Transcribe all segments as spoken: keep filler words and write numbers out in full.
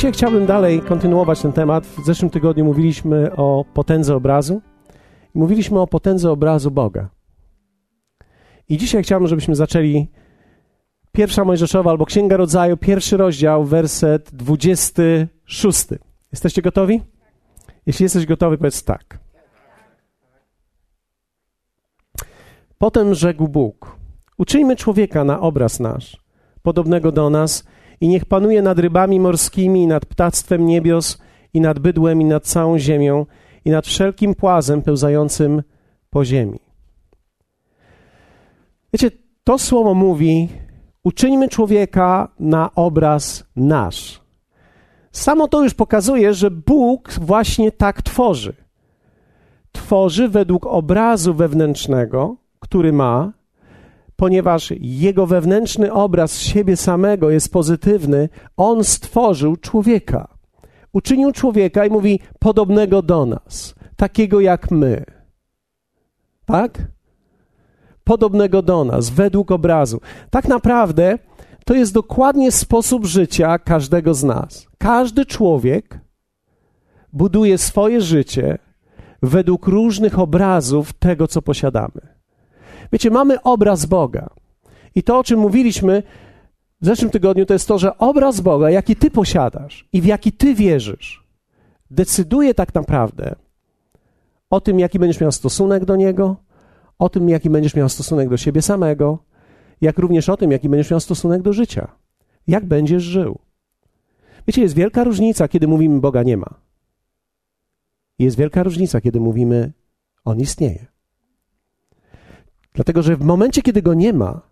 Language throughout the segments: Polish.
Dzisiaj chciałbym dalej kontynuować ten temat. W zeszłym tygodniu mówiliśmy o potędze obrazu. Mówiliśmy o potędze obrazu Boga. I dzisiaj chciałbym, żebyśmy zaczęli Pierwsza Mojżeszowa albo Księga Rodzaju, pierwszy rozdział, werset dwudziesty szósty. Jesteście gotowi? Jeśli jesteś gotowy, powiedz tak. Potem rzekł Bóg: uczyńmy człowieka na obraz nasz, podobnego do nas, i niech panuje nad rybami morskimi, i nad ptactwem niebios, i nad bydłem, i nad całą ziemią, i nad wszelkim płazem pełzającym po ziemi. Wiecie, to słowo mówi: uczyńmy człowieka na obraz nasz. Samo to już pokazuje, że Bóg właśnie tak tworzy. Tworzy według obrazu wewnętrznego, który ma, ponieważ jego wewnętrzny obraz siebie samego jest pozytywny, on stworzył człowieka. Uczynił człowieka i mówi: podobnego do nas, takiego jak my. Tak? Podobnego do nas, według obrazu. Tak naprawdę to jest dokładnie sposób życia każdego z nas. Każdy człowiek buduje swoje życie według różnych obrazów tego, co posiadamy. Wiecie, mamy obraz Boga. I to, o czym mówiliśmy w zeszłym tygodniu, to jest to, że obraz Boga, jaki ty posiadasz i w jaki ty wierzysz, decyduje tak naprawdę o tym, jaki będziesz miał stosunek do Niego, o tym, jaki będziesz miał stosunek do siebie samego, jak również o tym, jaki będziesz miał stosunek do życia. Jak będziesz żył. Wiecie, jest wielka różnica, kiedy mówimy: Boga nie ma. Jest wielka różnica, kiedy mówimy: On istnieje. Dlatego, że w momencie, kiedy Go nie ma,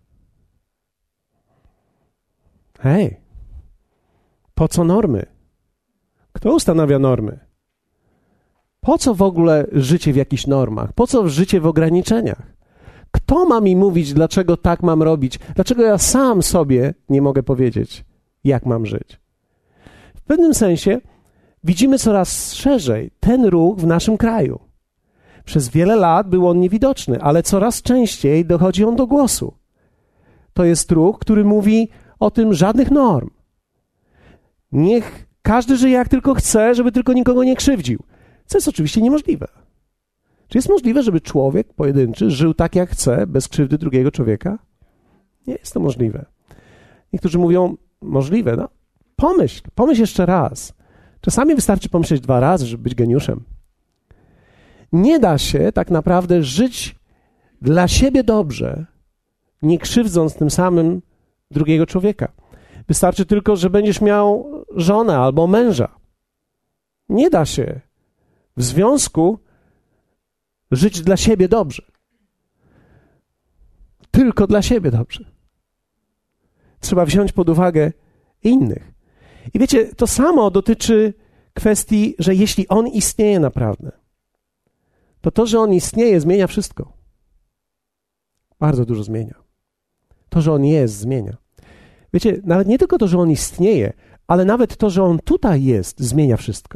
hej, po co normy? Kto ustanawia normy? Po co w ogóle życie w jakichś normach? Po co życie w ograniczeniach? Kto ma mi mówić, dlaczego tak mam robić? Dlaczego ja sam sobie nie mogę powiedzieć, jak mam żyć? W pewnym sensie widzimy coraz szerzej ten ruch w naszym kraju. Przez wiele lat był on niewidoczny, ale coraz częściej dochodzi on do głosu. To jest ruch, który mówi o tym: żadnych norm. Niech każdy żyje jak tylko chce, żeby tylko nikogo nie krzywdził. Co jest oczywiście niemożliwe. Czy jest możliwe, żeby człowiek pojedynczy żył tak, jak chce, bez krzywdy drugiego człowieka? Nie jest to możliwe. Niektórzy mówią: możliwe. No, pomyśl, pomyśl jeszcze raz. Czasami wystarczy pomyśleć dwa razy, żeby być geniuszem. Nie da się tak naprawdę żyć dla siebie dobrze, nie krzywdząc tym samym drugiego człowieka. Wystarczy tylko, że będziesz miał żonę albo męża. Nie da się w związku żyć dla siebie dobrze. Tylko dla siebie dobrze. Trzeba wziąć pod uwagę innych. I wiecie, to samo dotyczy kwestii, że jeśli On istnieje naprawdę, to to, że On istnieje, zmienia wszystko. Bardzo dużo zmienia. To, że On jest, zmienia. Wiecie, nawet nie tylko to, że On istnieje, ale nawet to, że On tutaj jest, zmienia wszystko.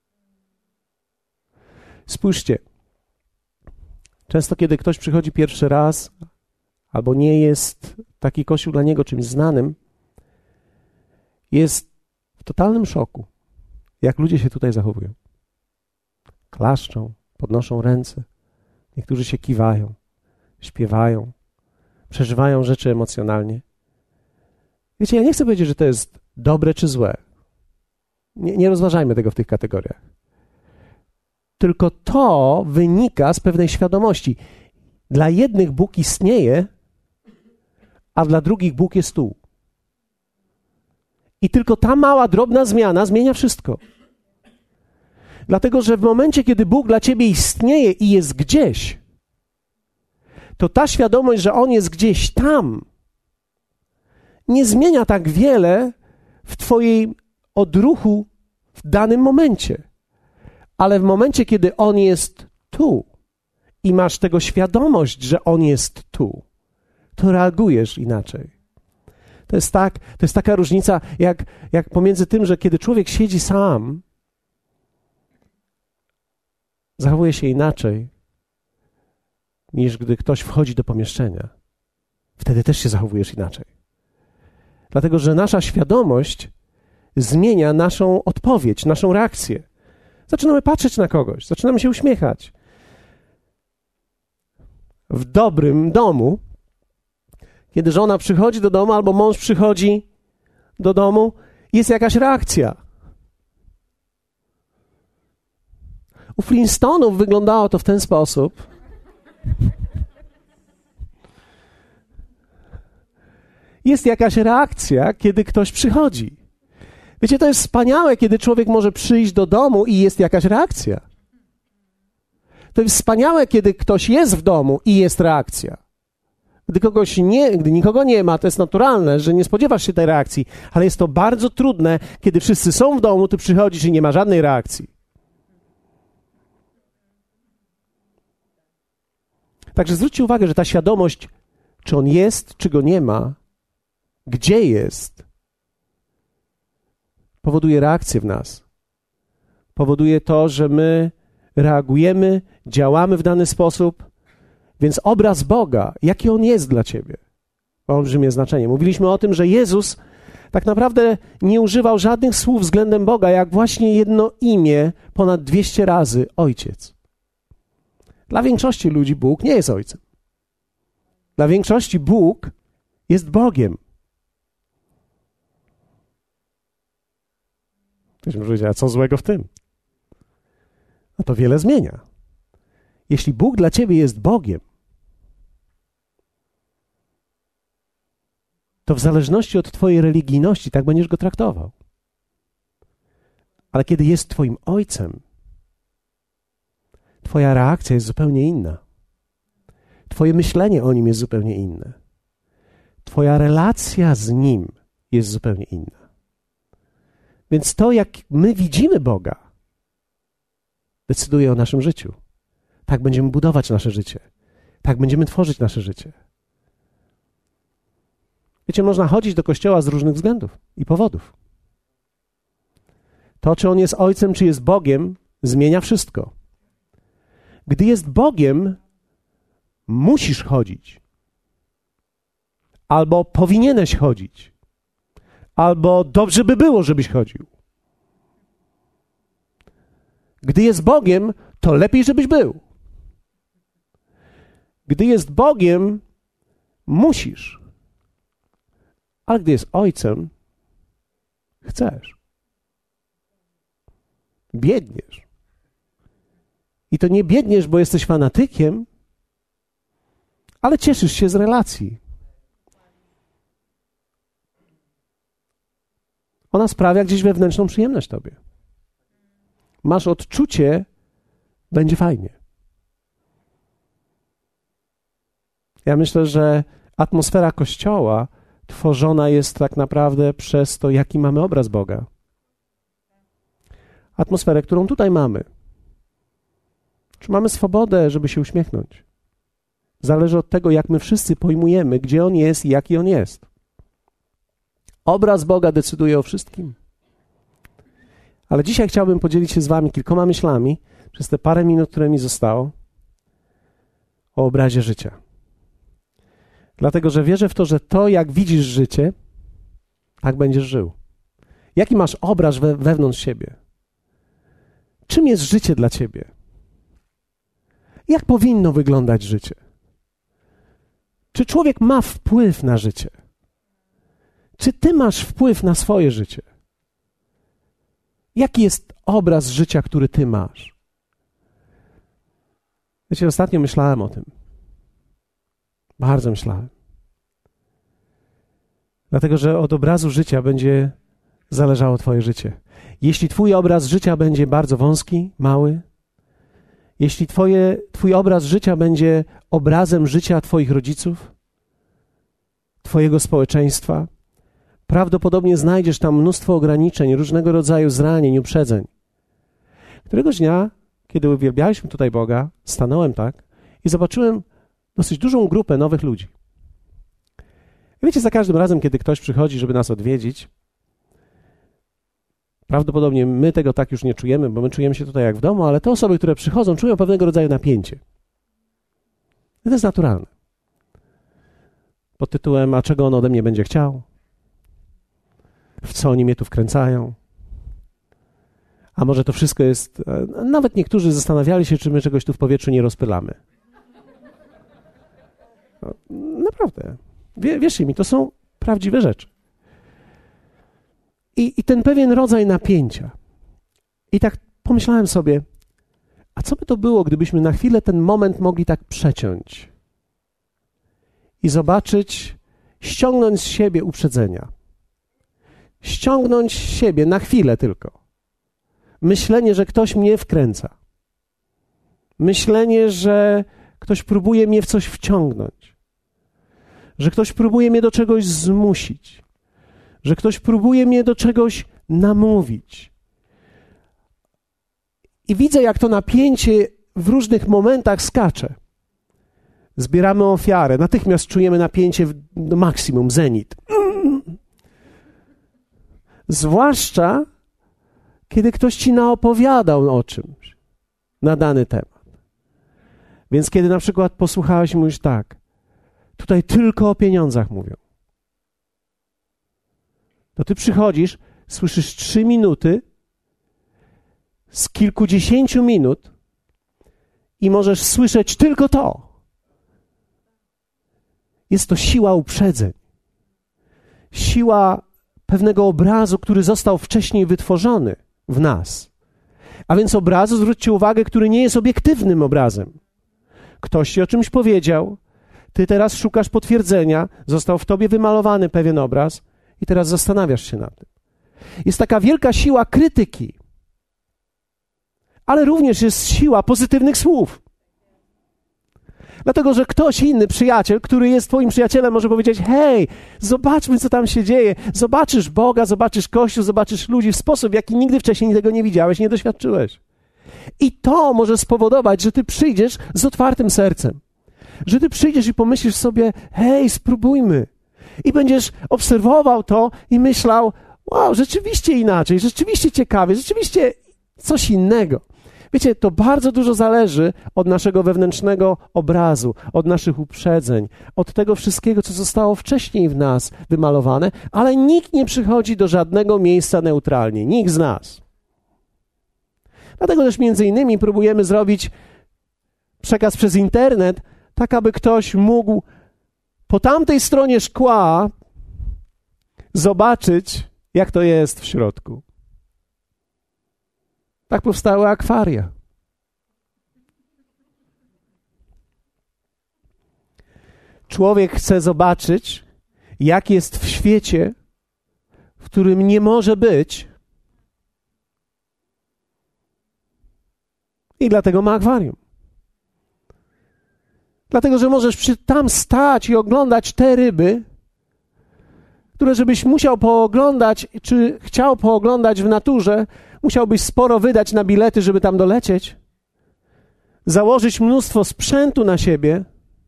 Spójrzcie. Często, kiedy ktoś przychodzi pierwszy raz, albo nie jest taki kościół dla niego czymś znanym, jest w totalnym szoku, jak ludzie się tutaj zachowują. Klaszczą, podnoszą ręce, niektórzy się kiwają, śpiewają, przeżywają rzeczy emocjonalnie. Wiecie, ja nie chcę powiedzieć, że to jest dobre czy złe. Nie, nie rozważajmy tego w tych kategoriach. Tylko to wynika z pewnej świadomości. Dla jednych Bóg istnieje, a dla drugich Bóg jest tu. I tylko ta mała, drobna zmiana zmienia wszystko. Dlatego, że w momencie, kiedy Bóg dla ciebie istnieje i jest gdzieś, to ta świadomość, że On jest gdzieś tam, nie zmienia tak wiele w twojej odruchu w danym momencie. Ale w momencie, kiedy On jest tu i masz tego świadomość, że On jest tu, to reagujesz inaczej. To jest tak, to jest taka różnica, jak, jak pomiędzy tym, że kiedy człowiek siedzi sam, zachowuje się inaczej, niż gdy ktoś wchodzi do pomieszczenia. Wtedy też się zachowujesz inaczej. Dlatego, że nasza świadomość zmienia naszą odpowiedź, naszą reakcję. Zaczynamy patrzeć na kogoś, zaczynamy się uśmiechać. W dobrym domu, kiedy żona przychodzi do domu albo mąż przychodzi do domu, jest jakaś reakcja. U Flintstonów wyglądało to w ten sposób. Jest jakaś reakcja, kiedy ktoś przychodzi. Wiecie, to jest wspaniałe, kiedy człowiek może przyjść do domu i jest jakaś reakcja. To jest wspaniałe, kiedy ktoś jest w domu i jest reakcja. Gdy kogoś nie, gdy nikogo nie ma, to jest naturalne, że nie spodziewasz się tej reakcji, ale jest to bardzo trudne, kiedy wszyscy są w domu, ty przychodzisz i nie ma żadnej reakcji. Także zwróćcie uwagę, że ta świadomość, czy on jest, czy go nie ma, gdzie jest, powoduje reakcję w nas. Powoduje to, że my reagujemy, działamy w dany sposób, więc obraz Boga, jaki On jest dla ciebie, ma olbrzymie znaczenie. Mówiliśmy o tym, że Jezus tak naprawdę nie używał żadnych słów względem Boga, jak właśnie jedno imię ponad dwieście razy Ojciec. Dla większości ludzi Bóg nie jest Ojcem. Dla większości Bóg jest Bogiem. Ktoś może powiedzieć, a co złego w tym? No to wiele zmienia. Jeśli Bóg dla ciebie jest Bogiem, to w zależności od twojej religijności tak będziesz go traktował. Ale kiedy jest twoim Ojcem, twoja reakcja jest zupełnie inna. Twoje myślenie o Nim jest zupełnie inne. Twoja relacja z Nim jest zupełnie inna. Więc to, jak my widzimy Boga, decyduje o naszym życiu. Tak będziemy budować nasze życie. Tak będziemy tworzyć nasze życie. Wiecie, można chodzić do kościoła z różnych względów i powodów. To, czy On jest Ojcem, czy jest Bogiem, zmienia wszystko. Gdy jest Bogiem, musisz chodzić. Albo powinieneś chodzić. Albo dobrze by było, żebyś chodził. Gdy jest Bogiem, to lepiej, żebyś był. Gdy jest Bogiem, musisz. Ale gdy jest Ojcem, chcesz. Biedniesz. I to nie biedniesz, bo jesteś fanatykiem, ale cieszysz się z relacji. Ona sprawia gdzieś wewnętrzną przyjemność tobie. Masz odczucie, będzie fajnie. Ja myślę, że atmosfera Kościoła tworzona jest tak naprawdę przez to, jaki mamy obraz Boga. Atmosferę, którą tutaj mamy. Czy mamy swobodę, żeby się uśmiechnąć? Zależy od tego, jak my wszyscy pojmujemy, gdzie On jest i jaki On jest. Obraz Boga decyduje o wszystkim. Ale dzisiaj chciałbym podzielić się z wami kilkoma myślami przez te parę minut, które mi zostało, o obrazie życia. Dlatego, że wierzę w to, że to, jak widzisz życie, tak będziesz żył. Jaki masz obraz we, wewnątrz siebie? Czym jest życie dla ciebie? Jak powinno wyglądać życie? Czy człowiek ma wpływ na życie? Czy ty masz wpływ na swoje życie? Jaki jest obraz życia, który ty masz? Wiecie, ostatnio myślałem o tym. Bardzo myślałem. Dlatego, że od obrazu życia będzie zależało twoje życie. Jeśli twój obraz życia będzie bardzo wąski, mały, jeśli twoje, twój obraz życia będzie obrazem życia twoich rodziców, twojego społeczeństwa, prawdopodobnie znajdziesz tam mnóstwo ograniczeń, różnego rodzaju zranień, uprzedzeń. Któregoś dnia, kiedy uwielbialiśmy tutaj Boga, stanąłem tak i zobaczyłem dosyć dużą grupę nowych ludzi. I wiecie, za każdym razem, kiedy ktoś przychodzi, żeby nas odwiedzić, prawdopodobnie my tego tak już nie czujemy, bo my czujemy się tutaj jak w domu, ale te osoby, które przychodzą, czują pewnego rodzaju napięcie. I to jest naturalne. Pod tytułem, a czego on ode mnie będzie chciał? w co oni mnie tu wkręcają. A może to wszystko jest... Nawet niektórzy zastanawiali się, czy my czegoś tu w powietrzu nie rozpylamy. No, naprawdę. Wie, wierzcie mi, to są prawdziwe rzeczy. I, I ten pewien rodzaj napięcia. I tak pomyślałem sobie, a co by to było, gdybyśmy na chwilę ten moment mogli tak przeciąć i zobaczyć, ściągnąć z siebie uprzedzenia. Ściągnąć z siebie na chwilę tylko. Myślenie, że ktoś mnie wkręca. Myślenie, że ktoś próbuje mnie w coś wciągnąć. Że ktoś próbuje mnie do czegoś zmusić. Że ktoś próbuje mnie do czegoś namówić. I widzę, jak to napięcie w różnych momentach skacze. Zbieramy ofiarę, natychmiast czujemy napięcie do maksimum, zenit. Zwłaszcza, kiedy ktoś ci naopowiadał o czymś na dany temat. Więc kiedy na przykład posłuchałeś i mówisz tak, tutaj tylko o pieniądzach mówią. To ty przychodzisz, słyszysz trzy minuty z kilkudziesięciu minut i możesz słyszeć tylko to. Jest to siła uprzedzeń. Siła pewnego obrazu, który został wcześniej wytworzony w nas. A więc obrazu, zwróćcie uwagę, który nie jest obiektywnym obrazem. Ktoś ci o czymś powiedział, ty teraz szukasz potwierdzenia, został w tobie wymalowany pewien obraz i teraz zastanawiasz się nad tym. Jest taka wielka siła krytyki, ale również jest siła pozytywnych słów. Dlatego, że ktoś inny, przyjaciel, który jest twoim przyjacielem, może powiedzieć, hej, zobaczmy, co tam się dzieje. Zobaczysz Boga, zobaczysz Kościół, zobaczysz ludzi w sposób, w jaki nigdy wcześniej tego nie widziałeś, nie doświadczyłeś. I to może spowodować, że ty przyjdziesz z otwartym sercem. Że ty przyjdziesz i pomyślisz sobie, hej, spróbujmy. I będziesz obserwował to i myślał, wow, rzeczywiście inaczej, rzeczywiście ciekawie, rzeczywiście coś innego. Wiecie, to bardzo dużo zależy od naszego wewnętrznego obrazu, od naszych uprzedzeń, od tego wszystkiego, co zostało wcześniej w nas wymalowane, ale nikt nie przychodzi do żadnego miejsca neutralnie, nikt z nas. Dlatego też między innymi próbujemy zrobić przekaz przez internet, tak aby ktoś mógł po tamtej stronie szkła zobaczyć, jak to jest w środku. Tak powstały akwaria. Człowiek chce zobaczyć, jak jest w świecie, w którym nie może być, i dlatego ma akwarium. Dlatego, że możesz przy, tam stać i oglądać te ryby, które żebyś musiał pooglądać, czy chciał pooglądać w naturze, musiałbyś sporo wydać na bilety, żeby tam dolecieć, założyć mnóstwo sprzętu na siebie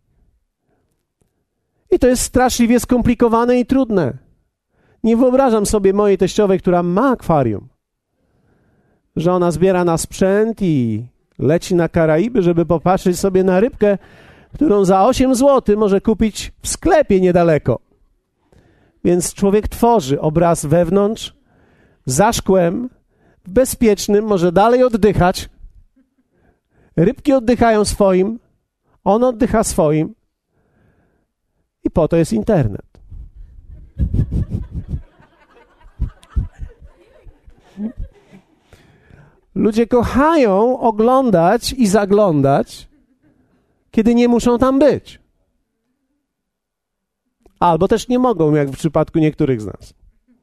i to jest straszliwie skomplikowane i trudne. Nie wyobrażam sobie mojej teściowej, która ma akwarium, że ona zbiera na sprzęt i leci na Karaiby, żeby popatrzeć sobie na rybkę, którą za osiem złotych może kupić w sklepie niedaleko. Więc człowiek tworzy obraz wewnątrz, za szkłem, bezpiecznym, może dalej oddychać. Rybki oddychają swoim, on oddycha swoim i po to jest internet. Ludzie kochają oglądać i zaglądać, kiedy nie muszą tam być. Albo też nie mogą, jak w przypadku niektórych z nas.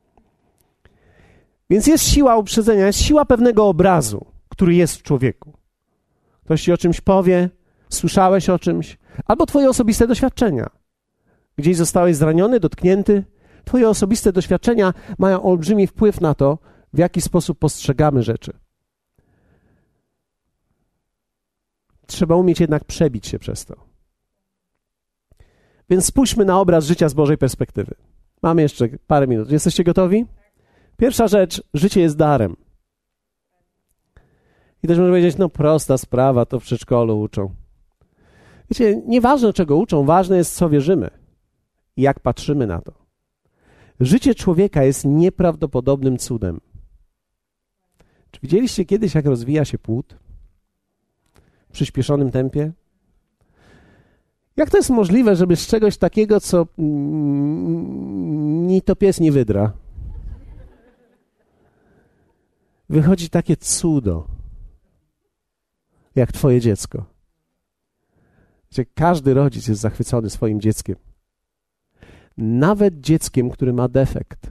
Więc jest siła uprzedzenia, jest siła pewnego obrazu, który jest w człowieku. Ktoś ci o czymś powie, słyszałeś o czymś, albo twoje osobiste doświadczenia. Gdzieś zostałeś zraniony, dotknięty. Twoje osobiste doświadczenia mają olbrzymi wpływ na to, w jaki sposób postrzegamy rzeczy. Trzeba umieć jednak przebić się przez to. Więc spójrzmy na obraz życia z Bożej perspektywy. Mamy jeszcze parę minut. Jesteście gotowi? Pierwsza rzecz, życie jest darem. I też można powiedzieć, no prosta sprawa, to w przedszkolu uczą. Wiecie, nieważne czego uczą, ważne jest co wierzymy i jak patrzymy na to. Życie człowieka jest nieprawdopodobnym cudem. Czy widzieliście kiedyś, jak rozwija się płód w przyspieszonym tempie? Jak to jest możliwe, żeby z czegoś takiego, co ni to pies, ni wydra, wychodzi takie cudo, jak twoje dziecko? Wiecie, każdy rodzic jest zachwycony swoim dzieckiem. Nawet dzieckiem, który ma defekt.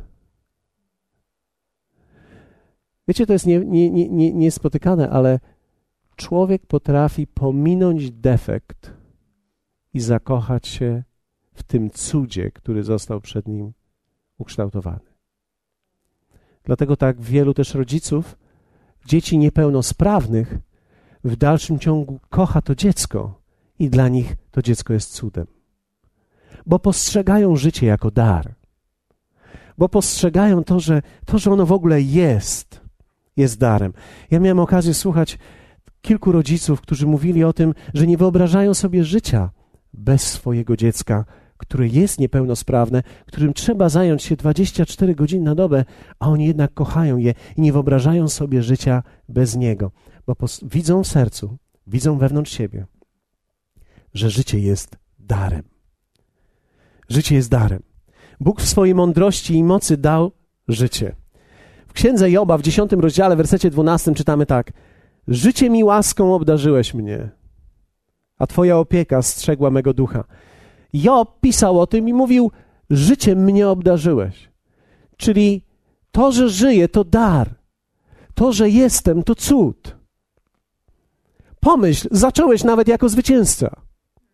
Wiecie, to jest nie, nie, nie, nie, niespotykane, ale człowiek potrafi pominąć defekt i zakochać się w tym cudzie, który został przed nim ukształtowany. Dlatego tak wielu też rodziców dzieci niepełnosprawnych w dalszym ciągu kocha to dziecko i dla nich to dziecko jest cudem. Bo postrzegają życie jako dar. Bo postrzegają to, że to, że ono w ogóle jest, jest darem. Ja miałem okazję słuchać kilku rodziców, którzy mówili o tym, że nie wyobrażają sobie życia bez swojego dziecka, które jest niepełnosprawne, którym trzeba zająć się dwadzieścia cztery godziny na dobę, a oni jednak kochają je i nie wyobrażają sobie życia bez niego, bo pos- widzą w sercu, widzą wewnątrz siebie, że życie jest darem. Życie jest darem. Bóg w swojej mądrości i mocy dał życie. W księdze Joba w dziesiątym rozdziale, wersecie dwunastym czytami tak: życie mi łaską obdarzyłeś mnie, a Twoja opieka strzegła mego ducha. Job pisał o tym i mówił: życiem mnie obdarzyłeś. Czyli to, że żyję, to dar. To, że jestem, to cud. Pomyśl, zacząłeś nawet jako zwycięzca.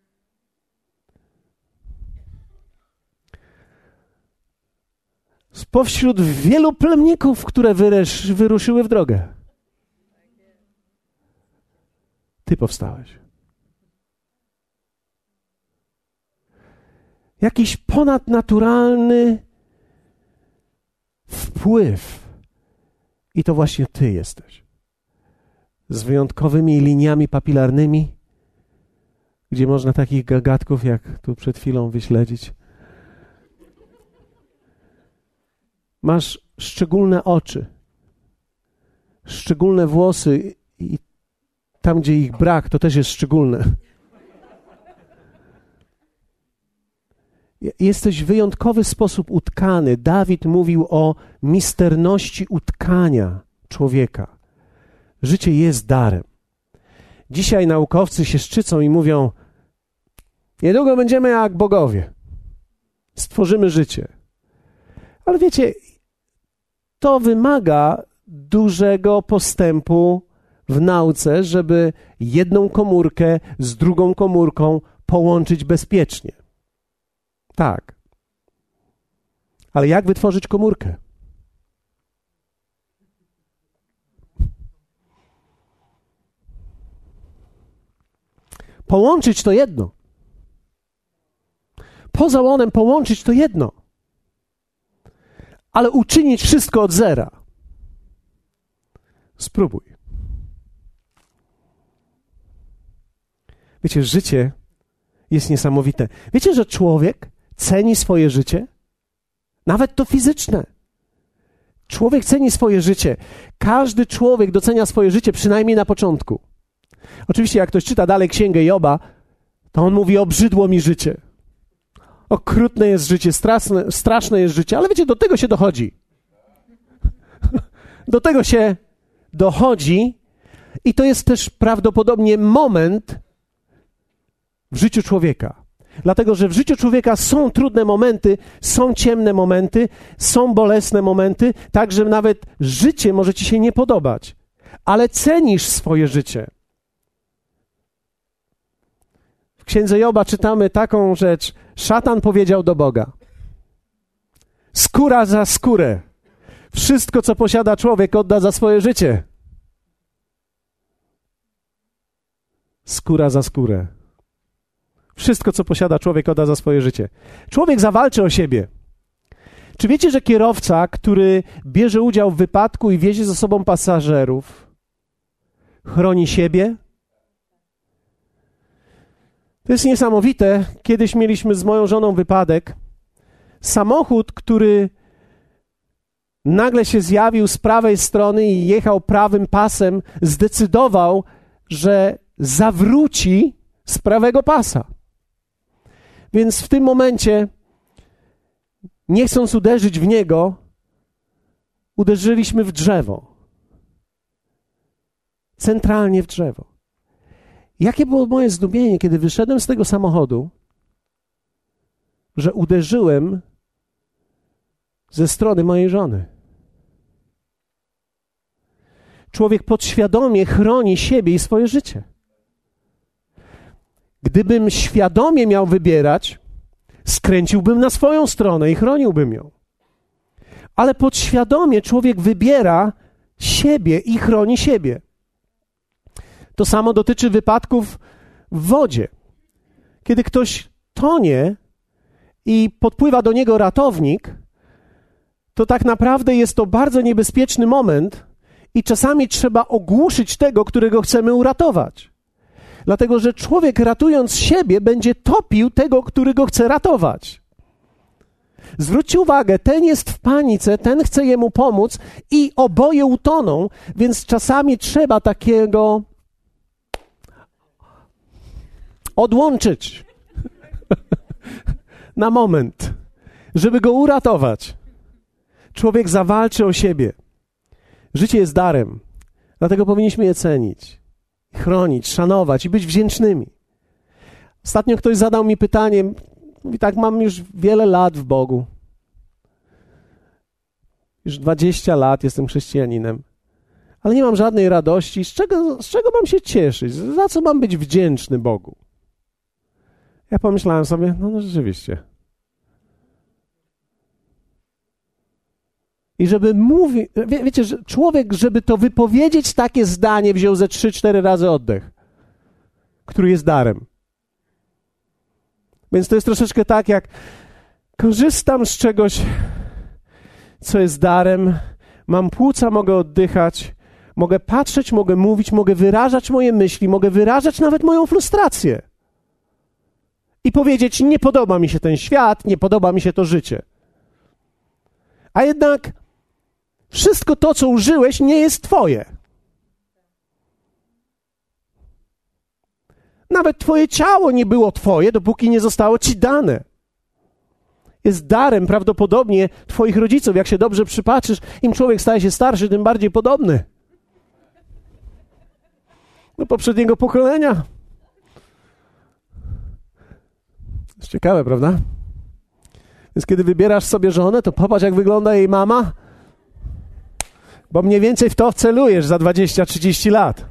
Spośród wielu plemników, które wyresz, wyruszyły w drogę, Ty powstałeś. Jakiś ponadnaturalny wpływ i to właśnie Ty jesteś. Z wyjątkowymi liniami papilarnymi, gdzie można takich gagatków, jak tu przed chwilą, wyśledzić. Masz szczególne oczy, szczególne włosy i tam, gdzie ich brak, to też jest szczególne. Jesteś w wyjątkowy sposób utkany. Dawid mówił o misterności utkania człowieka. Życie jest darem. Dzisiaj naukowcy się szczycą i mówią: niedługo będziemy jak bogowie. Stworzymy życie. Ale wiecie, to wymaga dużego postępu w nauce, żeby jedną komórkę z drugą komórką połączyć bezpiecznie. Tak. Ale jak wytworzyć komórkę? Połączyć to jedno. Poza łonem połączyć to jedno. Ale uczynić wszystko od zera. Spróbuj. Wiecie, życie jest niesamowite. Wiecie, że człowiek ceni swoje życie? Nawet to fizyczne. Człowiek ceni swoje życie. Każdy człowiek docenia swoje życie, przynajmniej na początku. Oczywiście, jak ktoś czyta dalej Księgę Joba, to on mówi: obrzydło mi życie. Okrutne jest życie, straszne, straszne jest życie. Ale wiecie, do tego się dochodzi. Do tego się dochodzi i to jest też prawdopodobnie moment w życiu człowieka. Dlatego, że w życiu człowieka są trudne momenty, są ciemne momenty, są bolesne momenty, tak, że nawet życie może ci się nie podobać, ale cenisz swoje życie. W Księdze Joba czytamy taką rzecz: szatan powiedział do Boga: skóra za skórę. Wszystko, co posiada człowiek, odda za swoje życie. Skóra za skórę. Wszystko, co posiada człowiek, odda za swoje życie. Człowiek zawalczy o siebie. Czy wiecie, że kierowca, który bierze udział w wypadku i wiezie ze sobą pasażerów, chroni siebie? To jest niesamowite. Kiedyś mieliśmy z moją żoną wypadek. Samochód, który nagle się zjawił z prawej strony i jechał prawym pasem, zdecydował, że zawróci z prawego pasa. Więc w tym momencie, nie chcąc uderzyć w niego, uderzyliśmy w drzewo. Centralnie w drzewo. Jakie było moje zdumienie, kiedy wyszedłem z tego samochodu, że uderzyłem ze strony mojej żony. Człowiek podświadomie chroni siebie i swoje życie. Gdybym świadomie miał wybierać, skręciłbym na swoją stronę i chroniłbym ją. Ale podświadomie człowiek wybiera siebie i chroni siebie. To samo dotyczy wypadków w wodzie. Kiedy ktoś tonie i podpływa do niego ratownik, to tak naprawdę jest to bardzo niebezpieczny moment i czasami trzeba ogłuszyć tego, którego chcemy uratować. Dlatego, że człowiek ratując siebie będzie topił tego, którego chce ratować. Zwróćcie uwagę, ten jest w panice, ten chce jemu pomóc i oboje utoną, więc czasami trzeba takiego odłączyć na moment, żeby go uratować. Człowiek zawalczy o siebie. Życie jest darem, dlatego powinniśmy je cenić, chronić, szanować i być wdzięcznymi. Ostatnio ktoś zadał mi pytanie, mówi tak, mam już wiele lat w Bogu. Już dwadzieścia lat jestem chrześcijaninem, ale nie mam żadnej radości. Z czego, z czego mam się cieszyć? Za co mam być wdzięczny Bogu? Ja pomyślałem sobie, no, no rzeczywiście. I żeby mówić, wie, wiecie, że człowiek, żeby to wypowiedzieć takie zdanie, wziął ze trzy, cztery razy oddech, który jest darem. Więc to jest troszeczkę tak, jak korzystam z czegoś, co jest darem, mam płuca, mogę oddychać, mogę patrzeć, mogę mówić, mogę wyrażać moje myśli, mogę wyrażać nawet moją frustrację. I powiedzieć, nie podoba mi się ten świat, nie podoba mi się to życie. A jednak wszystko to, co użyłeś, nie jest twoje. Nawet twoje ciało nie było twoje, dopóki nie zostało ci dane. Jest darem prawdopodobnie twoich rodziców. Jak się dobrze przypatrzysz, im człowiek staje się starszy, tym bardziej podobny do poprzedniego pokolenia. Jest ciekawe, prawda? Więc kiedy wybierasz sobie żonę, to popatrz, jak wygląda jej mama, bo mniej więcej w to wcelujesz za dwadzieścia trzydzieści lat.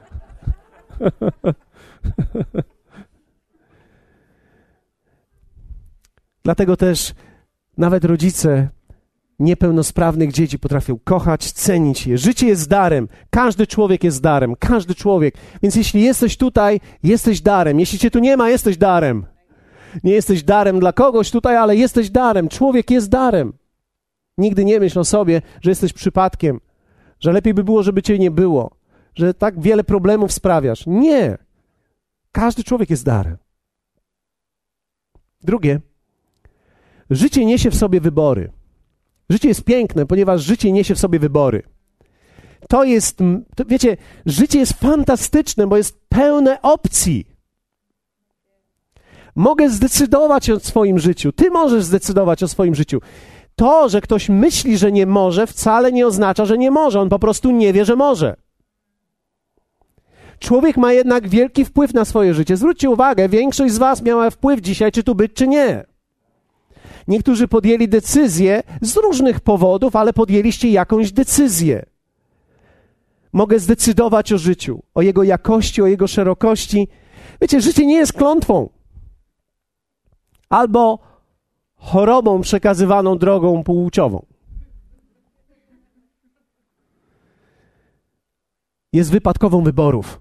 Dlatego też nawet rodzice niepełnosprawnych dzieci potrafią kochać, cenić je. Życie jest darem. Każdy człowiek jest darem. Każdy człowiek. Więc jeśli jesteś tutaj, jesteś darem. Jeśli cię tu nie ma, jesteś darem. Nie jesteś darem dla kogoś tutaj, ale jesteś darem. Człowiek jest darem. Nigdy nie myśl o sobie, że jesteś przypadkiem, że lepiej by było, żeby cię nie było, że tak wiele problemów sprawiasz. Nie. Każdy człowiek jest darem. Drugie. Życie niesie w sobie wybory. Życie jest piękne, ponieważ życie niesie w sobie wybory. To jest, to wiecie, życie jest fantastyczne, bo jest pełne opcji. Mogę zdecydować o swoim życiu. Ty możesz zdecydować o swoim życiu. To, że ktoś myśli, że nie może, wcale nie oznacza, że nie może. On po prostu nie wie, że może. Człowiek ma jednak wielki wpływ na swoje życie. Zwróćcie uwagę, większość z was miała wpływ dzisiaj, czy tu być, czy nie. Niektórzy podjęli decyzję z różnych powodów, ale podjęliście jakąś decyzję. Mogę zdecydować o życiu, o jego jakości, o jego szerokości. Wiecie, życie nie jest klątwą. Albo chorobą przekazywaną drogą płciową. Jest wypadkową wyborów.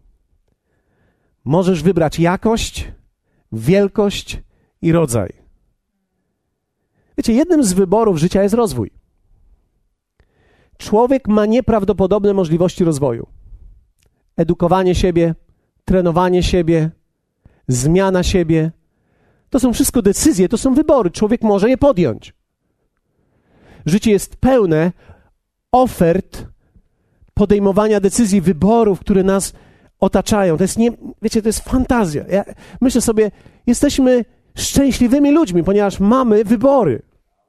Możesz wybrać jakość, wielkość i rodzaj. Wiecie, jednym z wyborów życia jest rozwój. Człowiek ma nieprawdopodobne możliwości rozwoju. Edukowanie siebie, trenowanie siebie, zmiana siebie. To są wszystko decyzje, to są wybory. Człowiek może je podjąć. Życie jest pełne ofert podejmowania decyzji, wyborów, które nas otaczają. To jest, nie, wiecie, to jest fantazja. Ja myślę sobie, jesteśmy szczęśliwymi ludźmi, ponieważ mamy wybory.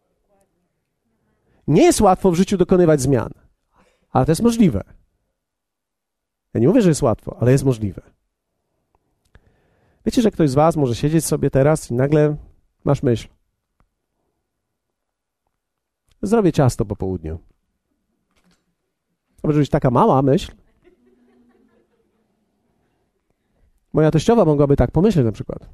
Nie jest łatwo w życiu dokonywać zmian, ale to jest możliwe. Ja nie mówię, że jest łatwo, ale jest możliwe. Wiecie, że ktoś z was może siedzieć sobie teraz i nagle masz myśl. Zrobię ciasto po południu. To może być taka mała myśl. Moja teściowa mogłaby tak pomyśleć na przykład.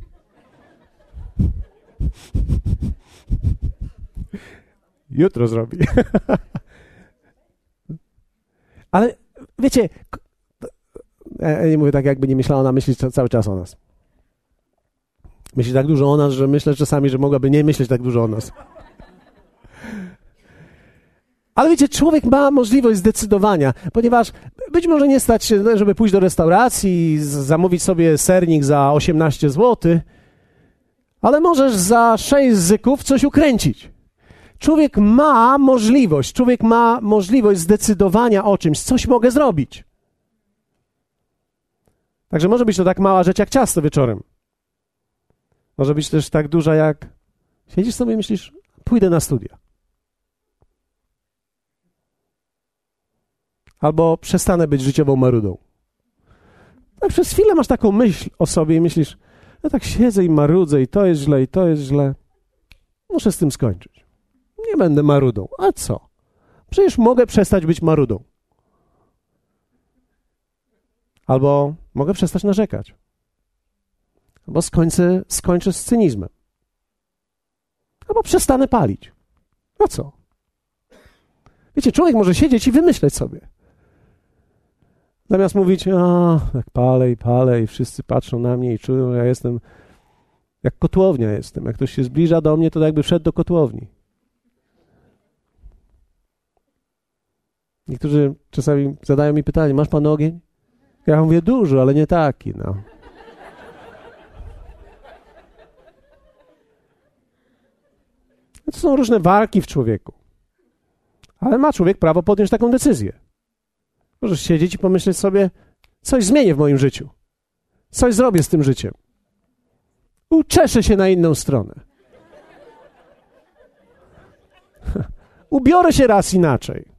Jutro zrobi. Ale wiecie, ja nie mówię tak, jakby nie myślała, ona myśli cały czas o nas. Myśli tak dużo o nas, że myślę czasami, że mogłaby nie myśleć tak dużo o nas. Ale wiecie, człowiek ma możliwość zdecydowania, ponieważ być może nie stać się, żeby pójść do restauracji i zamówić sobie sernik za osiemnaście złotych, ale możesz za sześć zyków coś ukręcić. Człowiek ma możliwość, człowiek ma możliwość zdecydowania o czymś, coś mogę zrobić. Także może być to tak mała rzecz jak ciasto wieczorem. Może być też tak duża jak siedzisz sobie i myślisz, pójdę na studia. Albo przestanę być życiową marudą. Tak przez chwilę masz taką myśl o sobie i myślisz, ja tak siedzę i marudzę i to jest źle, i to jest źle. Muszę z tym skończyć. Nie będę marudą. A co? Przecież mogę przestać być marudą. Albo mogę przestać narzekać. Albo skończę, skończę z cynizmem. Albo przestanę palić. A co? Wiecie, człowiek może siedzieć i wymyśleć sobie. Zamiast mówić, a tak palę i palę i wszyscy patrzą na mnie i czują, że ja jestem, jak kotłownia jestem. Jak ktoś się zbliża do mnie, to tak jakby wszedł do kotłowni. Niektórzy czasami zadają mi pytanie, masz pan ogień? Ja mówię, dużo, ale nie taki, no. To są różne walki w człowieku. Ale ma człowiek prawo podjąć taką decyzję. Możesz siedzieć i pomyśleć sobie, coś zmienię w moim życiu. Coś zrobię z tym życiem. Uczeszę się na inną stronę. Ubiorę się raz inaczej.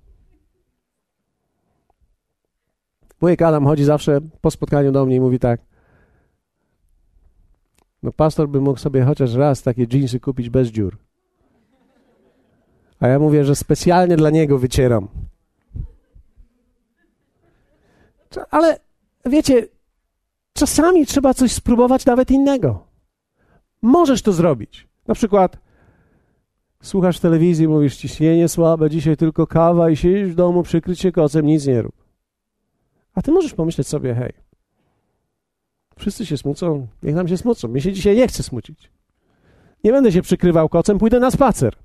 Wujek Adam chodzi zawsze po spotkaniu do mnie i mówi tak, no pastor by mógł sobie chociaż raz takie dżinsy kupić bez dziur. A ja mówię, że specjalnie dla niego wycieram. Ale wiecie, czasami trzeba coś spróbować nawet innego. Możesz to zrobić. Na przykład słuchasz telewizji, mówisz, ciśnienie słabe, dzisiaj tylko kawa i siedzisz w domu, przykryć się kocem, nic nie rób. A ty możesz pomyśleć sobie, hej, wszyscy się smucą, niech nam się smucą. Mnie się dzisiaj nie chce smucić. Nie będę się przykrywał kocem, pójdę na spacer.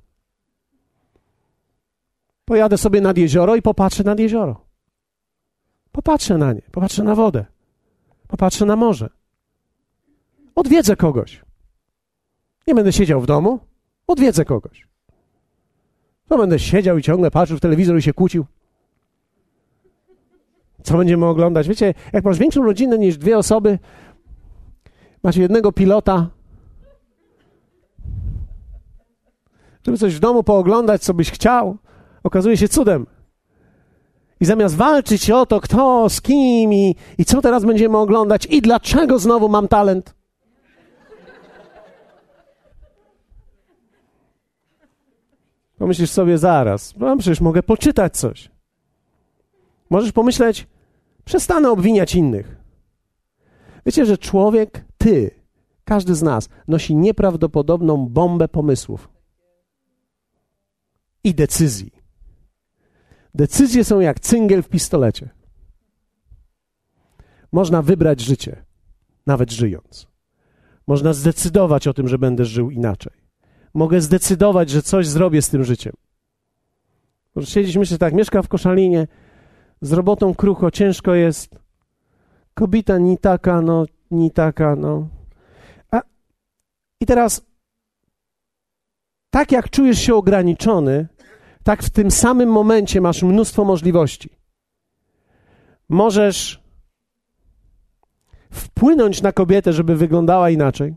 Pojadę sobie nad jezioro i popatrzę nad jezioro. Popatrzę na nie, popatrzę na wodę, popatrzę na morze. Odwiedzę kogoś. Nie będę siedział w domu, odwiedzę kogoś. No będę siedział i ciągle patrzył w telewizor i się kłócił. Co będziemy oglądać? Wiecie, jak masz większą rodzinę niż dwie osoby, macie jednego pilota, żeby coś w domu pooglądać, co byś chciał, okazuje się cudem. I zamiast walczyć o to, kto, z kim i, i co teraz będziemy oglądać i dlaczego znowu mam talent, pomyślisz sobie zaraz, no przecież mogę poczytać coś. Możesz pomyśleć, przestanę obwiniać innych. Wiecie, że człowiek, ty, każdy z nas nosi nieprawdopodobną bombę pomysłów i decyzji. Decyzje są jak cyngiel w pistolecie. Można wybrać życie, nawet żyjąc. Można zdecydować o tym, że będę żył inaczej. Mogę zdecydować, że coś zrobię z tym życiem. Może siedzieć, myślę tak, mieszka w Koszalinie, z robotą krucho, ciężko jest. Kobieta ni taka, no, ni taka, no. A, i teraz, tak jak czujesz się ograniczony, tak w tym samym momencie masz mnóstwo możliwości. Możesz wpłynąć na kobietę, żeby wyglądała inaczej.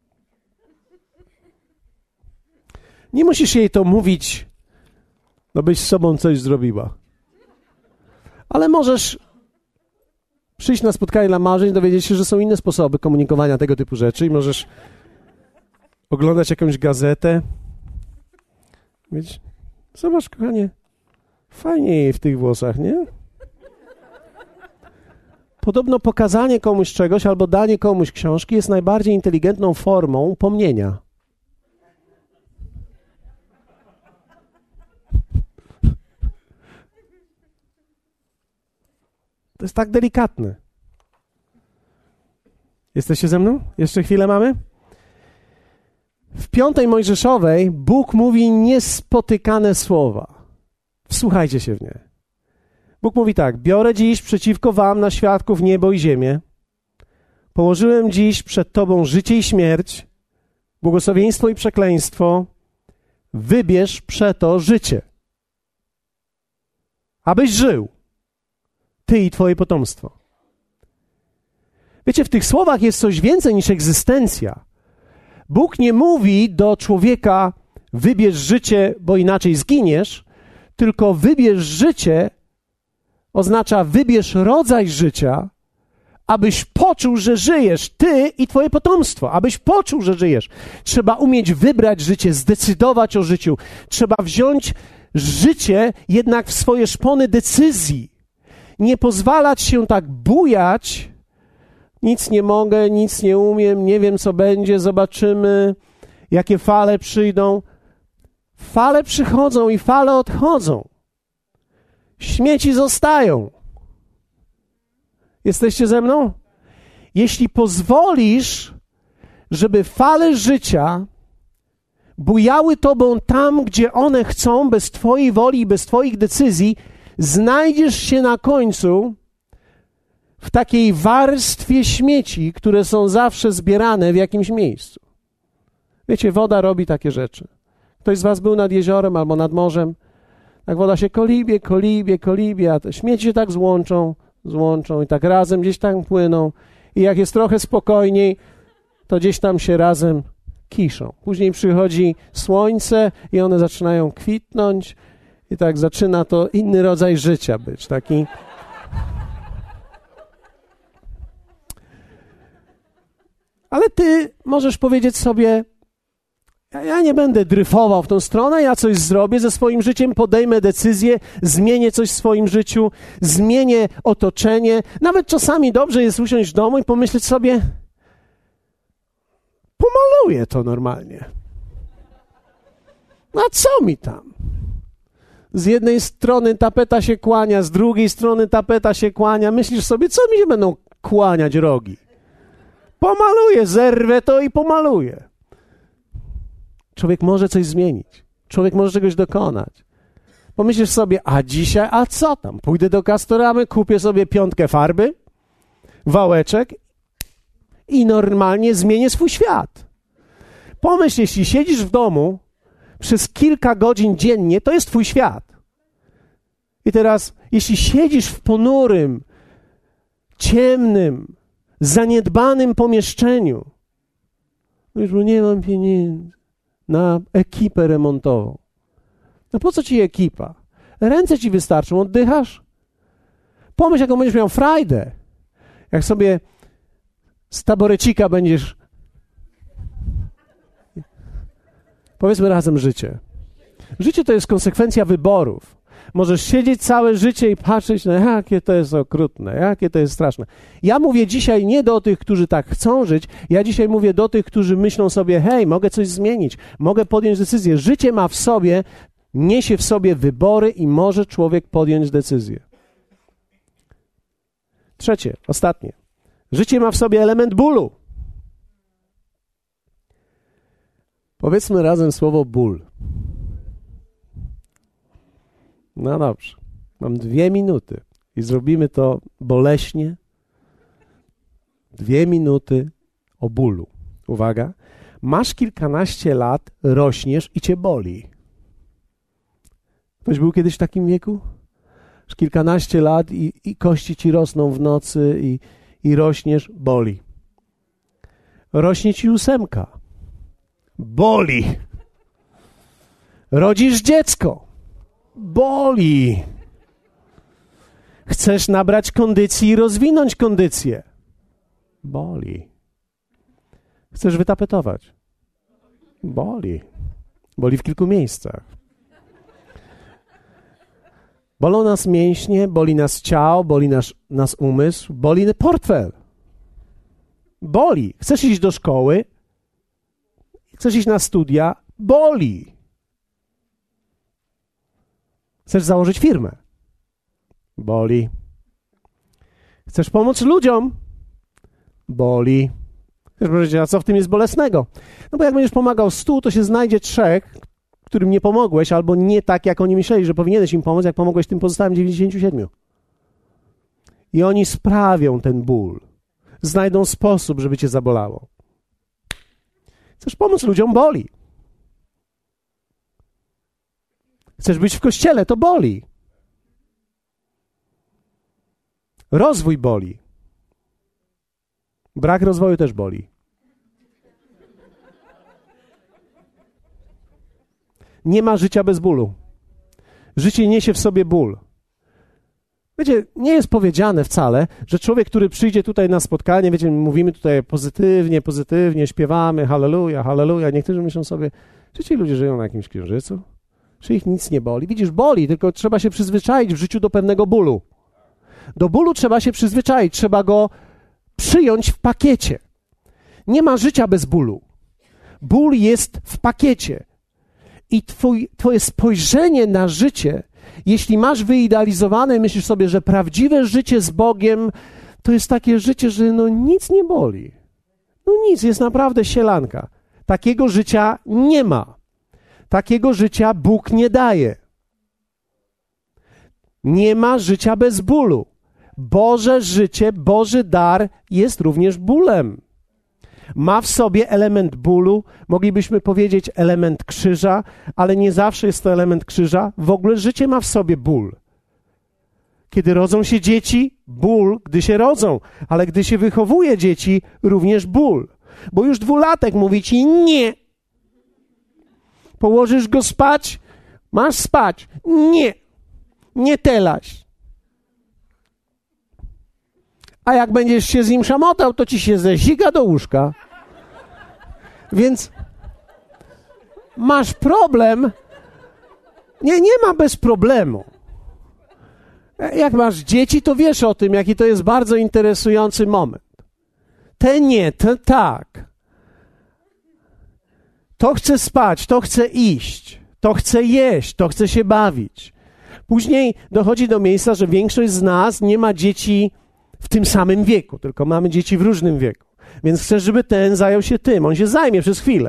Nie musisz jej to mówić, no byś z sobą coś zrobiła. Ale możesz przyjść na spotkanie dla marzeń, dowiedzieć się, że są inne sposoby komunikowania tego typu rzeczy i możesz oglądać jakąś gazetę. Wiesz, zobacz, kochanie, fajnie jej w tych włosach, nie? Podobno pokazanie komuś czegoś albo danie komuś książki jest najbardziej inteligentną formą pomnienia. To jest tak delikatne. Jesteście ze mną? Jeszcze chwilę mamy? W piątej Mojżeszowej Bóg mówi niespotykane słowa. Wsłuchajcie się w nie. Bóg mówi tak: biorę dziś przeciwko wam na świadków niebo i ziemię. Położyłem dziś przed tobą życie i śmierć, błogosławieństwo i przekleństwo. Wybierz przeto życie, abyś żył, ty i twoje potomstwo. Wiecie, w tych słowach jest coś więcej niż egzystencja. Bóg nie mówi do człowieka: wybierz życie, bo inaczej zginiesz, tylko wybierz życie oznacza wybierz rodzaj życia, abyś poczuł, że żyjesz, ty i twoje potomstwo, abyś poczuł, że żyjesz. Trzeba umieć wybrać życie, zdecydować o życiu. Trzeba wziąć życie jednak w swoje szpony decyzji. Nie pozwalać się tak bujać, nic nie mogę, nic nie umiem, nie wiem co będzie, zobaczymy, jakie fale przyjdą. Fale przychodzą i fale odchodzą. Śmieci zostają. Jesteście ze mną? Jeśli pozwolisz, żeby fale życia bujały tobą tam, gdzie one chcą, bez twojej woli i bez twoich decyzji, znajdziesz się na końcu w takiej warstwie śmieci, które są zawsze zbierane w jakimś miejscu. Wiecie, woda robi takie rzeczy. Ktoś z was był nad jeziorem albo nad morzem, tak woda się kolibie, kolibie, kolibie, a te śmieci się tak złączą, złączą i tak razem gdzieś tam płyną i jak jest trochę spokojniej, to gdzieś tam się razem kiszą. Później przychodzi słońce i one zaczynają kwitnąć i tak zaczyna to inny rodzaj życia być, taki... Ale ty możesz powiedzieć sobie: ja, ja nie będę dryfował w tą stronę, ja coś zrobię ze swoim życiem, podejmę decyzję, zmienię coś w swoim życiu, zmienię otoczenie. Nawet czasami dobrze jest usiąść w domu i pomyśleć sobie: pomaluję to normalnie. A co mi tam? Z jednej strony tapeta się kłania, z drugiej strony tapeta się kłania. Myślisz sobie, co mi się będą kłaniać rogi? Pomaluję, zerwę to i pomaluję. Człowiek może coś zmienić. Człowiek może czegoś dokonać. Pomyślisz sobie: a dzisiaj, a co tam? Pójdę do Castoramy, kupię sobie piątkę farby, wałeczek i normalnie zmienię swój świat. Pomyśl, jeśli siedzisz w domu przez kilka godzin dziennie, to jest twój świat. I teraz, jeśli siedzisz w ponurym, ciemnym, zaniedbanym pomieszczeniu, mówisz: bo nie mam pieniędzy na ekipę remontową. No po co ci ekipa? Ręce ci wystarczą, oddychasz? Pomyśl, jaką będziesz miał frajdę, jak sobie z taborecika będziesz... Powiedzmy razem życie. Życie to jest konsekwencja wyborów. Możesz siedzieć całe życie i patrzeć, no jakie to jest okrutne, jakie to jest straszne. Ja mówię dzisiaj nie do tych, którzy tak chcą żyć, ja dzisiaj mówię do tych, którzy myślą sobie: hej, mogę coś zmienić, mogę podjąć decyzję. Życie ma w sobie, niesie w sobie wybory i może człowiek podjąć decyzję. Trzecie, ostatnie. Życie ma w sobie element bólu. Powiedzmy razem słowo ból. No dobrze, mam dwie minuty i zrobimy to boleśnie. Dwie minuty o bólu. Uwaga, masz kilkanaście lat, rośniesz i cię boli. Ktoś był kiedyś w takim wieku? Już kilkanaście lat i, i kości ci rosną w nocy i, i rośniesz, boli. Rośnie ci ósemka. Boli. Rodzisz dziecko. Boli. Chcesz nabrać kondycji i rozwinąć kondycję. Boli. Chcesz wytapetować. Boli. Boli w kilku miejscach. Bolą nas mięśnie, boli nas ciało, boli nas, nas umysł, boli portfel. Boli. Chcesz iść do szkoły, chcesz iść na studia, boli. Chcesz założyć firmę, boli. Chcesz pomóc ludziom, boli. Chcesz powiedzieć, a co w tym jest bolesnego? No bo jak będziesz pomagał stu, to się znajdzie trzech, którym nie pomogłeś, albo nie tak, jak oni myśleli, że powinieneś im pomóc, jak pomogłeś tym pozostałym dziewięćdziesięciu siedmiu. I oni sprawią ten ból. Znajdą sposób, żeby cię zabolało. Chcesz pomóc ludziom, boli. Chcesz być w kościele, to boli. Rozwój boli. Brak rozwoju też boli. Nie ma życia bez bólu. Życie niesie w sobie ból. Wiecie, nie jest powiedziane wcale, że człowiek, który przyjdzie tutaj na spotkanie, wiecie, mówimy tutaj pozytywnie, pozytywnie, śpiewamy, halleluja, halleluja. Niektórzy myślą sobie, czy ci ludzie żyją na jakimś księżycu? Czy ich nic nie boli? Widzisz, boli, tylko trzeba się przyzwyczaić w życiu do pewnego bólu. Do bólu trzeba się przyzwyczaić, trzeba go przyjąć w pakiecie. Nie ma życia bez bólu. Ból jest w pakiecie. I twój, twoje spojrzenie na życie, jeśli masz wyidealizowane i myślisz sobie, że prawdziwe życie z Bogiem to jest takie życie, że no nic nie boli. No nic, jest naprawdę sielanka. Takiego życia nie ma. Takiego życia Bóg nie daje. Nie ma życia bez bólu. Boże życie, Boży dar jest również bólem. Ma w sobie element bólu, moglibyśmy powiedzieć element krzyża, ale nie zawsze jest to element krzyża. W ogóle życie ma w sobie ból. Kiedy rodzą się dzieci, ból, gdy się rodzą, ale gdy się wychowuje dzieci, również ból. Bo już dwulatek mówi ci nie. Położysz go spać, masz spać. Nie, nie telaś. A jak będziesz się z nim szamotał, to ci się zezika do łóżka. Więc masz problem. Nie, nie ma bez problemu. Jak masz dzieci, to wiesz o tym, jaki to jest bardzo interesujący moment. Te nie, te tak. To chce spać, to chce iść, to chce jeść, to chce się bawić. Później dochodzi do miejsca, że większość z nas nie ma dzieci w tym samym wieku, tylko mamy dzieci w różnym wieku. Więc chcesz, żeby ten zajął się tym. On się zajmie przez chwilę.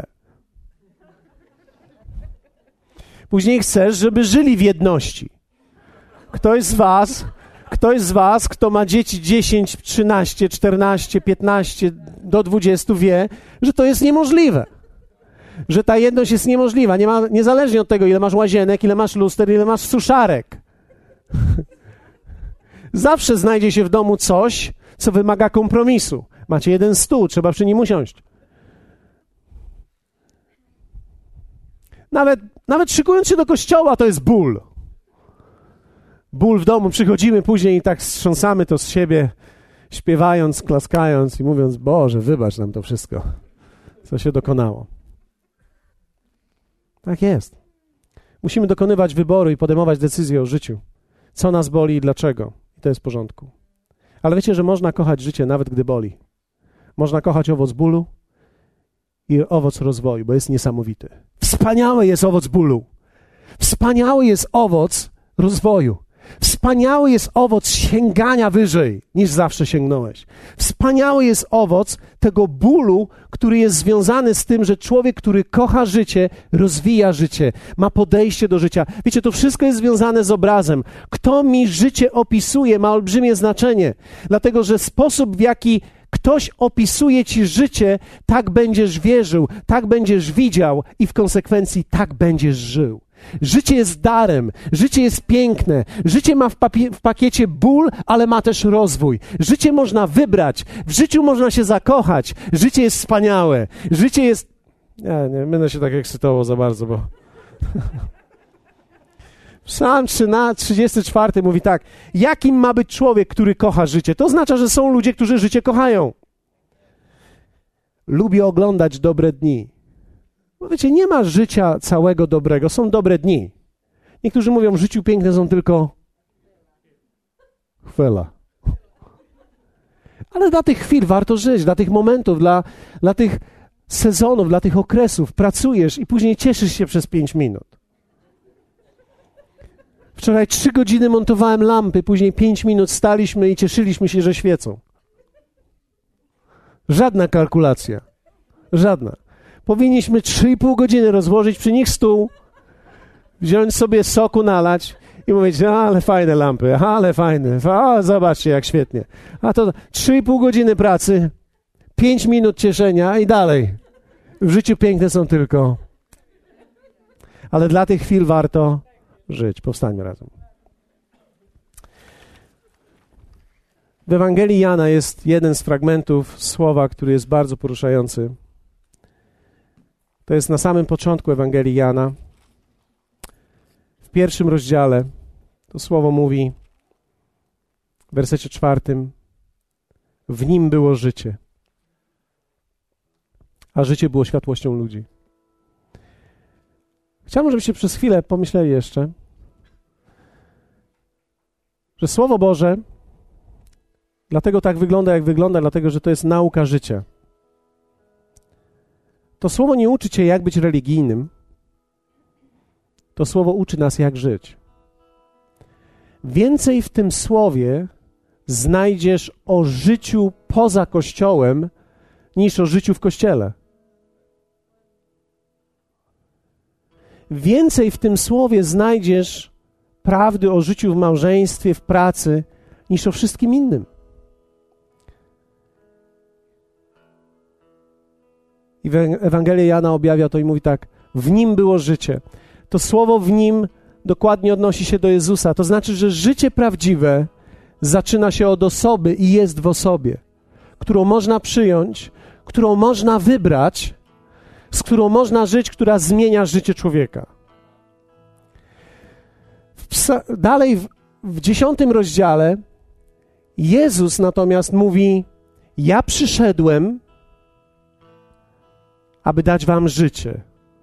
Później chcesz, żeby żyli w jedności. Ktoś z was, ktoś z was, kto ma dzieci dziesięć, trzynaście, czternaście, piętnaście do dwudziestu wie, że to jest niemożliwe. Że ta jedność jest niemożliwa. Nie ma, niezależnie od tego, ile masz łazienek, ile masz luster, ile masz suszarek. Zawsze znajdzie się w domu coś, co wymaga kompromisu. Macie jeden stół, trzeba przy nim usiąść. Nawet, nawet szykując się do kościoła, to jest ból. Ból w domu. Przychodzimy później i tak strząsamy to z siebie, śpiewając, klaskając i mówiąc, Boże, wybacz nam to wszystko, co się dokonało. Tak jest. Musimy dokonywać wyboru i podejmować decyzje o życiu. Co nas boli i dlaczego. I to jest w porządku. Ale wiecie, że można kochać życie, nawet gdy boli. Można kochać owoc bólu i owoc rozwoju, bo jest niesamowity. Wspaniały jest owoc bólu. Wspaniały jest owoc rozwoju. Wspaniały jest owoc sięgania wyżej, niż zawsze sięgnąłeś. Wspaniały jest owoc tego bólu, który jest związany z tym, że człowiek, który kocha życie, rozwija życie, ma podejście do życia. Wiecie, to wszystko jest związane z obrazem. Kto mi życie opisuje, ma olbrzymie znaczenie, dlatego że sposób, w jaki ktoś opisuje ci życie, tak będziesz wierzył, tak będziesz widział i w konsekwencji tak będziesz żył. Życie jest darem, życie jest piękne, życie ma w, papi- w pakiecie ból, ale ma też rozwój. Życie można wybrać, w życiu można się zakochać, życie jest wspaniałe, życie jest... Ja nie będę się tak ekscytował za bardzo, bo... Psalm trzydziesty czwarty mówi tak: jakim ma być człowiek, który kocha życie? To oznacza, że są ludzie, którzy życie kochają. Lubię oglądać dobre dni. Bo wiecie, nie ma życia całego dobrego, są dobre dni. Niektórzy mówią, w życiu piękne są tylko chwila. Ale dla tych chwil warto żyć, dla tych momentów, dla, dla tych sezonów, dla tych okresów. Pracujesz i później cieszysz się przez pięć minut. Wczoraj trzy godziny montowałem lampy, później pięć minut staliśmy i cieszyliśmy się, że świecą. Żadna kalkulacja. Żadna. Powinniśmy trzy i pół godziny rozłożyć przy nich stół, wziąć sobie soku, nalać i mówić, a, ale fajne lampy, ale fajne, a, zobaczcie jak świetnie. A to trzy i pół godziny pracy, pięć minut cieszenia i dalej. W życiu piękne są tylko. Ale dla tych chwil warto żyć. Powstańmy razem. W Ewangelii Jana jest jeden z fragmentów słowa, który jest bardzo poruszający. To jest na samym początku Ewangelii Jana. W pierwszym rozdziale to słowo mówi w wersecie czwartym: w nim było życie, a życie było światłością ludzi. Chciałbym, żebyście przez chwilę pomyśleli jeszcze, że Słowo Boże dlatego tak wygląda, jak wygląda, dlatego, że to jest nauka życia. To Słowo nie uczy cię, jak być religijnym. To Słowo uczy nas, jak żyć. Więcej w tym Słowie znajdziesz o życiu poza Kościołem niż o życiu w Kościele. Więcej w tym Słowie znajdziesz prawdy o życiu w małżeństwie, w pracy, niż o wszystkim innym. I Ewangelia Jana objawia to i mówi tak: w nim było życie. To słowo w nim dokładnie odnosi się do Jezusa. To znaczy, że życie prawdziwe zaczyna się od osoby i jest w osobie, którą można przyjąć, którą można wybrać, z którą można żyć, która zmienia życie człowieka. W psa- dalej w, w dziesiątym rozdziale Jezus natomiast mówi: ja przyszedłem, aby dać wam życie.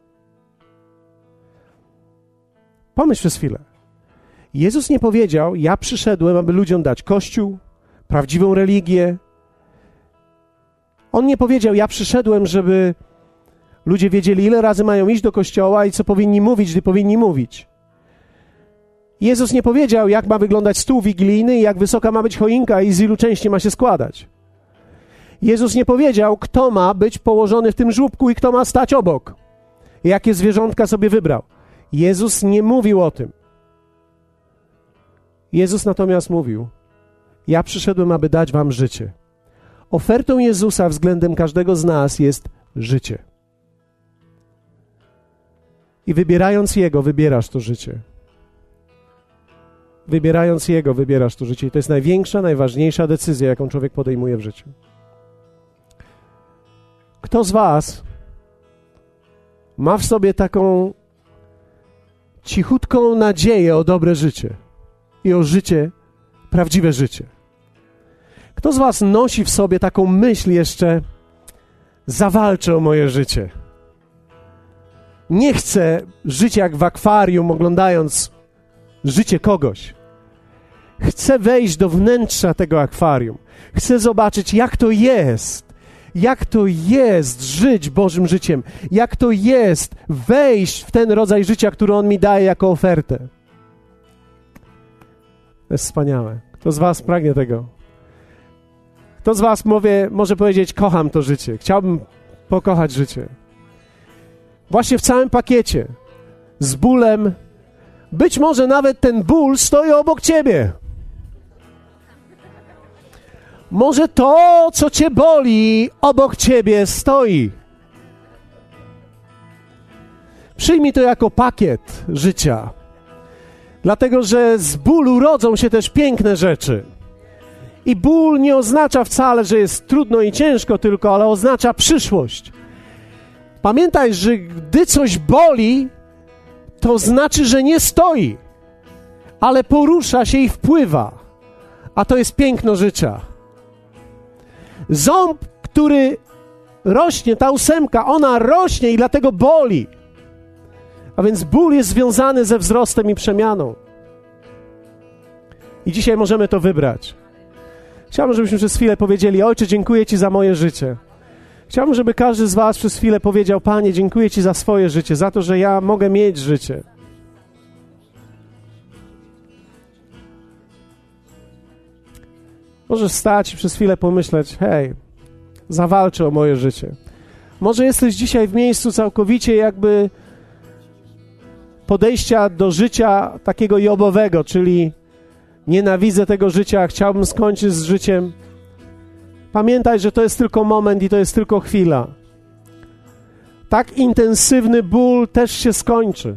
Pomyśl przez chwilę. Jezus nie powiedział: ja przyszedłem, aby ludziom dać Kościół, prawdziwą religię. On nie powiedział: ja przyszedłem, żeby ludzie wiedzieli, ile razy mają iść do kościoła i co powinni mówić, gdy powinni mówić. Jezus nie powiedział, jak ma wyglądać stół wigilijny i jak wysoka ma być choinka i z ilu części ma się składać. Jezus nie powiedział, kto ma być położony w tym żłóbku i kto ma stać obok. Jakie zwierzątka sobie wybrał. Jezus nie mówił o tym. Jezus natomiast mówił: ja przyszedłem, aby dać wam życie. Ofertą Jezusa względem każdego z nas jest życie. I wybierając Jego, wybierasz to życie. Wybierając Jego, wybierasz to życie. I to jest największa, najważniejsza decyzja, jaką człowiek podejmuje w życiu. Kto z was ma w sobie taką cichutką nadzieję o dobre życie i o życie, prawdziwe życie? Kto z was nosi w sobie taką myśl jeszcze: zawalczę o moje życie? Nie chcę żyć jak w akwarium, oglądając życie kogoś. Chcę wejść do wnętrza tego akwarium. Chcę zobaczyć, jak to jest. Jak to jest żyć Bożym życiem. Jak to jest wejść w ten rodzaj życia, który On mi daje jako ofertę. To jest wspaniałe. Kto z was pragnie tego? Kto z was mówię, może powiedzieć: kocham to życie. Chciałbym pokochać życie. Właśnie w całym pakiecie. Z bólem. Być może nawet ten ból stoi obok ciebie. Może to, co cię boli, obok ciebie stoi. Przyjmij to jako pakiet życia. Dlatego, że z bólu rodzą się też piękne rzeczy. I ból nie oznacza wcale, że jest trudno i ciężko tylko, ale oznacza przyszłość. Pamiętaj, że gdy coś boli, to znaczy, że nie stoi, ale porusza się i wpływa. A to jest piękno życia. Ząb, który rośnie, ta ósemka, ona rośnie i dlatego boli. A więc ból jest związany ze wzrostem i przemianą. I dzisiaj możemy to wybrać. Chciałbym, żebyśmy przez chwilę powiedzieli: Ojcze, dziękuję Ci za moje życie. Chciałbym, żeby każdy z was przez chwilę powiedział: Panie, dziękuję Ci za swoje życie, za to, że ja mogę mieć życie. Możesz stać i przez chwilę pomyśleć: hej, zawalczę o moje życie. Może jesteś dzisiaj w miejscu całkowicie jakby podejścia do życia takiego jobowego, czyli nienawidzę tego życia, chciałbym skończyć z życiem. Pamiętaj, że to jest tylko moment i to jest tylko chwila. Tak intensywny ból też się skończy.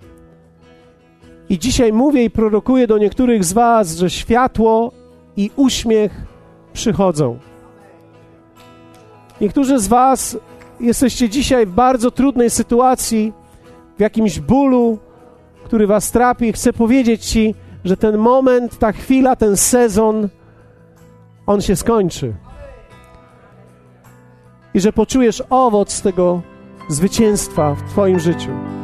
I dzisiaj mówię i prorokuję do niektórych z was, że światło i uśmiech przychodzą. Niektórzy z was jesteście dzisiaj w bardzo trudnej sytuacji, w jakimś bólu, który was trapi. Chcę powiedzieć ci, że ten moment, ta chwila, ten sezon, on się skończy. I że poczujesz owoc tego zwycięstwa w twoim życiu.